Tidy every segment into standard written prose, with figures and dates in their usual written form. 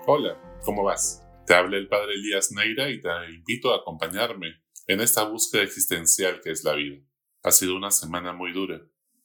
Hola, ¿cómo vas? Te habla el padre Elías Neira y te invito a acompañarme en esta búsqueda existencial que es la vida. Ha sido una semana muy dura,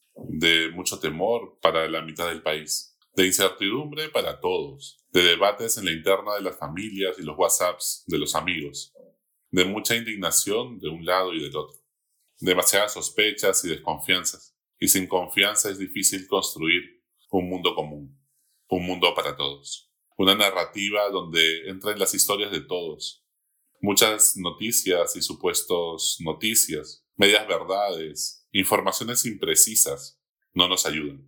de mucho temor para la mitad del país, de incertidumbre para todos, de debates en la interna de las familias y los WhatsApps de los amigos, de mucha indignación de un lado y del otro, demasiadas sospechas y desconfianzas, y sin confianza es difícil construir un mundo común, un mundo para todos. Una narrativa donde entran las historias de todos. Muchas noticias y supuestos noticias, medias verdades, informaciones imprecisas, no nos ayudan.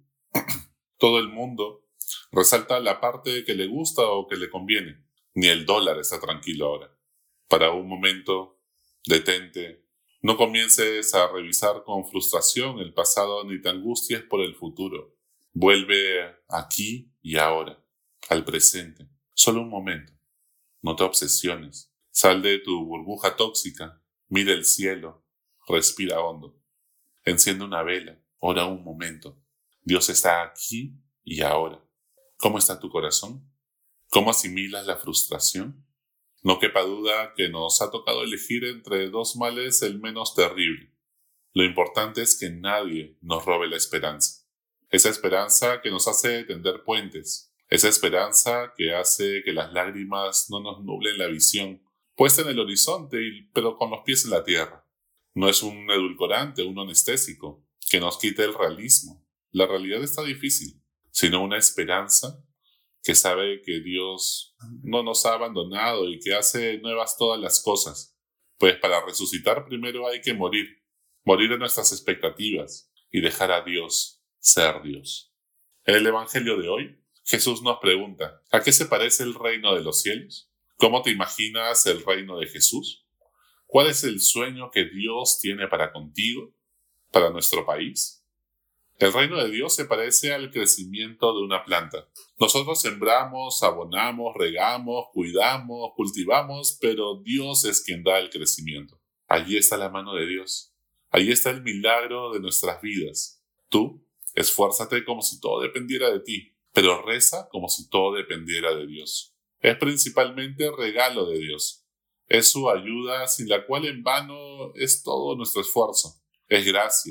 Todo el mundo resalta la parte que le gusta o que le conviene. Ni el dólar está tranquilo ahora. Para un momento, detente. No comiences a revisar con frustración el pasado ni te angusties por el futuro. Vuelve aquí y ahora. Al presente, solo un momento. No te obsesiones. Sal de tu burbuja tóxica, mira el cielo, respira hondo. Enciende una vela, ora un momento. Dios está aquí y ahora. ¿Cómo está tu corazón? ¿Cómo asimilas la frustración? No quepa duda que nos ha tocado elegir entre dos males el menos terrible. Lo importante es que nadie nos robe la esperanza. Esa esperanza que nos hace tender puentes. Esa esperanza que hace que las lágrimas no nos nublen la visión, puesta en el horizonte, pero con los pies en la tierra. No es un edulcorante, un anestésico, que nos quite el realismo. La realidad está difícil, sino una esperanza que sabe que Dios no nos ha abandonado y que hace nuevas todas las cosas. Pues para resucitar primero hay que morir de nuestras expectativas y dejar a Dios ser Dios. En el Evangelio de hoy, Jesús nos pregunta, ¿a qué se parece el reino de los cielos? ¿Cómo te imaginas el reino de Jesús? ¿Cuál es el sueño que Dios tiene para contigo, para nuestro país? El reino de Dios se parece al crecimiento de una planta. Nosotros sembramos, abonamos, regamos, cuidamos, cultivamos, pero Dios es quien da el crecimiento. Allí está la mano de Dios. Allí está el milagro de nuestras vidas. Tú, esfuérzate como si todo dependiera de ti. Pero reza como si todo dependiera de Dios. Es principalmente regalo de Dios. Es su ayuda sin la cual en vano es todo nuestro esfuerzo. Es gracia.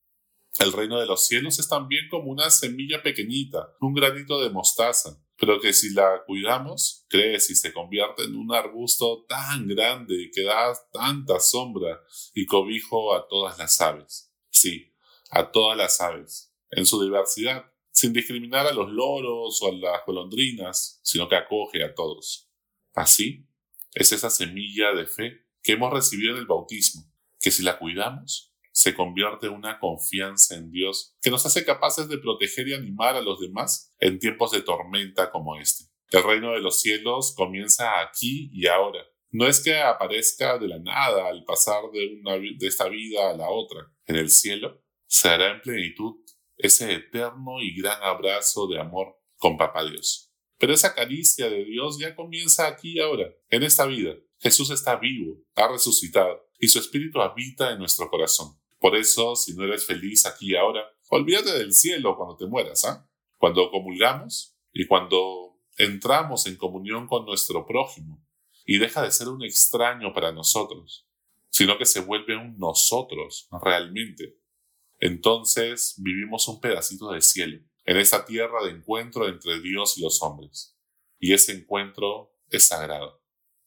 El reino de los cielos es también como una semilla pequeñita, un granito de mostaza, pero que si la cuidamos, crece y se convierte en un arbusto tan grande que da tanta sombra y cobijo a todas las aves. Sí, a todas las aves, en su diversidad. Sin discriminar a los loros o a las golondrinas, sino que acoge a todos. Así es esa semilla de fe que hemos recibido en el bautismo, que si la cuidamos, se convierte en una confianza en Dios que nos hace capaces de proteger y animar a los demás en tiempos de tormenta como este. El reino de los cielos comienza aquí y ahora. No es que aparezca de la nada al pasar de esta vida a la otra. En el cielo se hará en plenitud ese eterno y gran abrazo de amor con Papá Dios. Pero esa caricia de Dios ya comienza aquí y ahora, en esta vida. Jesús está vivo, ha resucitado, y su Espíritu habita en nuestro corazón. Por eso, si no eres feliz aquí y ahora, olvídate del cielo cuando te mueras, ¿ah? Cuando comulgamos y cuando entramos en comunión con nuestro prójimo, y deja de ser un extraño para nosotros, sino que se vuelve un nosotros realmente. Entonces vivimos un pedacito de cielo, en esa tierra de encuentro entre Dios y los hombres. Y ese encuentro es sagrado.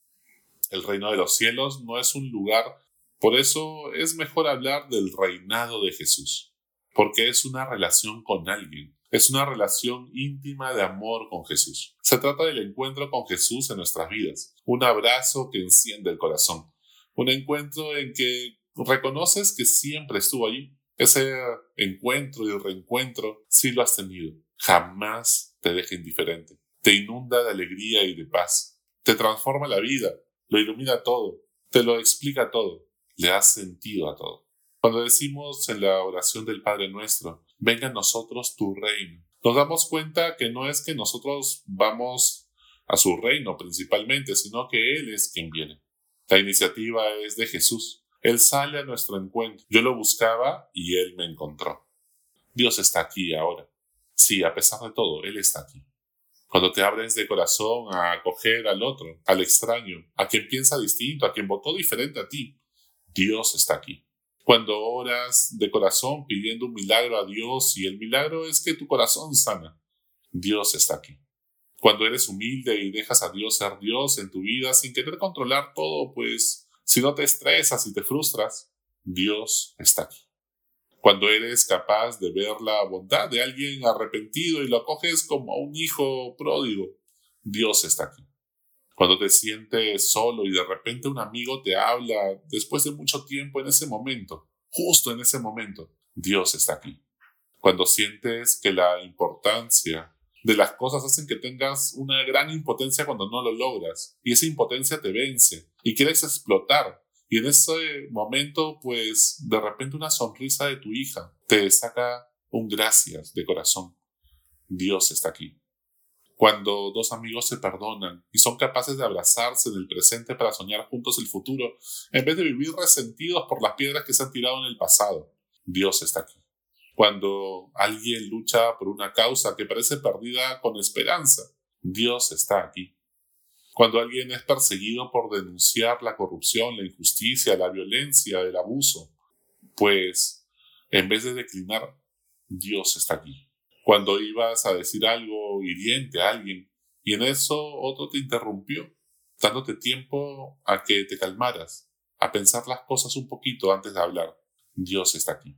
El reino de los cielos no es un lugar, por eso es mejor hablar del reinado de Jesús, porque es una relación con alguien, es una relación íntima de amor con Jesús. Se trata del encuentro con Jesús en nuestras vidas, un abrazo que enciende el corazón, un encuentro en que reconoces que siempre estuvo allí. Ese encuentro y reencuentro sí lo has tenido. Jamás te deja indiferente. Te inunda de alegría y de paz. Te transforma la vida. Lo ilumina todo. Te lo explica todo. Le das sentido a todo. Cuando decimos en la oración del Padre Nuestro, venga a nosotros tu reino, nos damos cuenta que no es que nosotros vamos a su reino principalmente, sino que Él es quien viene. La iniciativa es de Jesús. Él sale a nuestro encuentro. Yo lo buscaba y Él me encontró. Dios está aquí ahora. Sí, a pesar de todo, Él está aquí. Cuando te abres de corazón a acoger al otro, al extraño, a quien piensa distinto, a quien votó diferente a ti, Dios está aquí. Cuando oras de corazón pidiendo un milagro a Dios y el milagro es que tu corazón sana, Dios está aquí. Cuando eres humilde y dejas a Dios ser Dios en tu vida sin querer controlar todo, pues si no te estresas y te frustras, Dios está aquí. Cuando eres capaz de ver la bondad de alguien arrepentido y lo acoges como a un hijo pródigo, Dios está aquí. Cuando te sientes solo y de repente un amigo te habla después de mucho tiempo en ese momento, justo en ese momento, Dios está aquí. Cuando sientes que la importancia de las cosas hacen que tengas una gran impotencia cuando no lo logras y esa impotencia te vence y quieres explotar. Y en ese momento, pues, de repente una sonrisa de tu hija te saca un gracias de corazón. Dios está aquí. Cuando dos amigos se perdonan y son capaces de abrazarse en el presente para soñar juntos el futuro, en vez de vivir resentidos por las piedras que se han tirado en el pasado, Dios está aquí. Cuando alguien lucha por una causa que parece perdida con esperanza, Dios está aquí. Cuando alguien es perseguido por denunciar la corrupción, la injusticia, la violencia, el abuso, pues en vez de declinar, Dios está aquí. Cuando ibas a decir algo hiriente a alguien y en eso otro te interrumpió, dándote tiempo a que te calmaras, a pensar las cosas un poquito antes de hablar, Dios está aquí.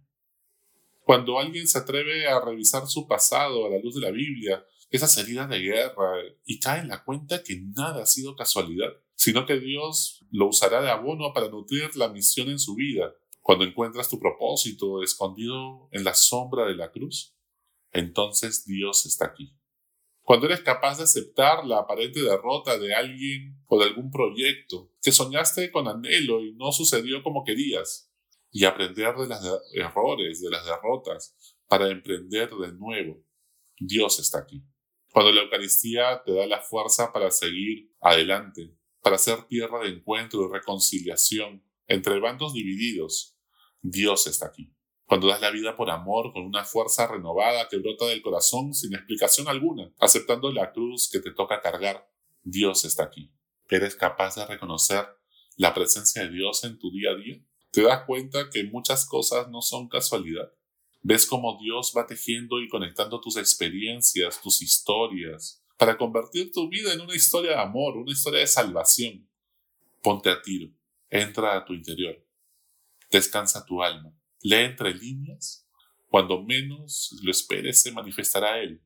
Cuando alguien se atreve a revisar su pasado a la luz de la Biblia, esas heridas de guerra, y cae en la cuenta que nada ha sido casualidad, sino que Dios lo usará de abono para nutrir la misión en su vida. Cuando encuentras tu propósito escondido en la sombra de la cruz, entonces Dios está aquí. Cuando eres capaz de aceptar la aparente derrota de alguien o de algún proyecto que soñaste con anhelo y no sucedió como querías, y aprender de los errores, de las derrotas, para emprender de nuevo, Dios está aquí. Cuando la Eucaristía te da la fuerza para seguir adelante, para ser tierra de encuentro y reconciliación entre bandos divididos, Dios está aquí. Cuando das la vida por amor con una fuerza renovada que brota del corazón sin explicación alguna, aceptando la cruz que te toca cargar, Dios está aquí. ¿Eres capaz de reconocer la presencia de Dios en tu día a día? ¿Te das cuenta que muchas cosas no son casualidad? ¿Ves cómo Dios va tejiendo y conectando tus experiencias, tus historias, para convertir tu vida en una historia de amor, una historia de salvación? Ponte a tiro, entra a tu interior, descansa tu alma, lee entre líneas. Cuando menos lo esperes se manifestará Él.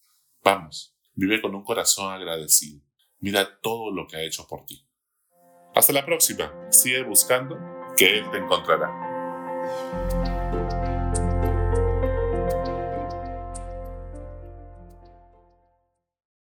Vamos, vive con un corazón agradecido. Mira todo lo que ha hecho por ti. Hasta la próxima. Sigue buscando, que Él te encontrará.